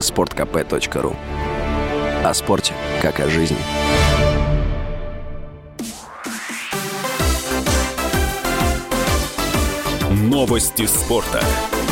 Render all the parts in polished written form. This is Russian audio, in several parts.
sportkp.ru. О спорте, как о жизни. Новости спорта.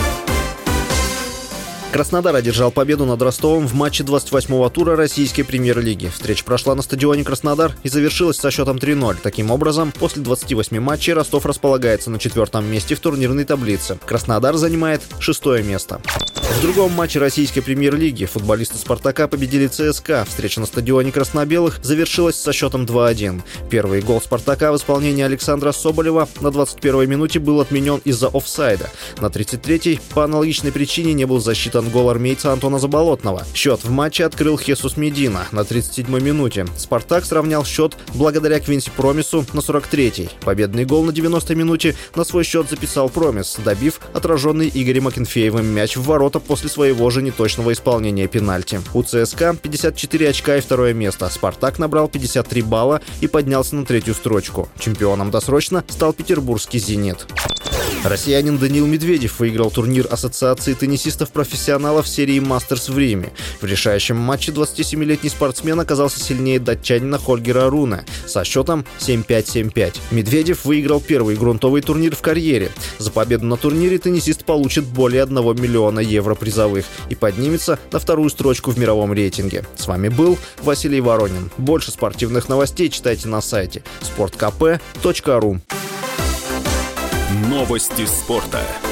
Краснодар одержал победу над Ростовом в матче 28-го тура российской премьер-лиги. Встреча прошла на стадионе Краснодар и завершилась со счетом 3-0. Таким образом, после 28 матчей Ростов располагается на 4-м месте в турнирной таблице. Краснодар занимает 6-е место. В другом матче российской премьер-лиги футболисты «Спартака» победили ЦСКА. Встреча на стадионе краснобелых завершилась со счетом 2-1. Первый гол «Спартака» в исполнении Александра Соболева на 21-й минуте был отменен из-за офсайда. На 33-й по аналогичной причине не был засчитан гол армейца Антона Заболотного. Счет в матче открыл Хесус Медина на 37-й минуте. «Спартак» сравнял счет благодаря Квинси Промису на 43-й. Победный гол на 90-й минуте на свой счет записал Промис, добив отраженный Игорем Акинфеевым мяч в ворота после своего же неточного исполнения пенальти. У ЦСКА 54 очка и 2-е место. «Спартак» набрал 53 балла и поднялся на 3-ю строчку. Чемпионом досрочно стал петербургский «Зенит». Россиянин Даниил Медведев выиграл турнир Ассоциации теннисистов-профессионалов серии «Мастерс» в Риме. В решающем матче 27-летний спортсмен оказался сильнее датчанина Хольгера Руне со счетом 7-5-7-5. Медведев выиграл первый грунтовый турнир в карьере. За победу на турнире теннисист получит более 1 миллиона евро призовых и поднимется на 2-ю строчку в мировом рейтинге. С вами был Василий Воронин. Больше спортивных новостей читайте на сайте sportkp.ru. Новости спорта.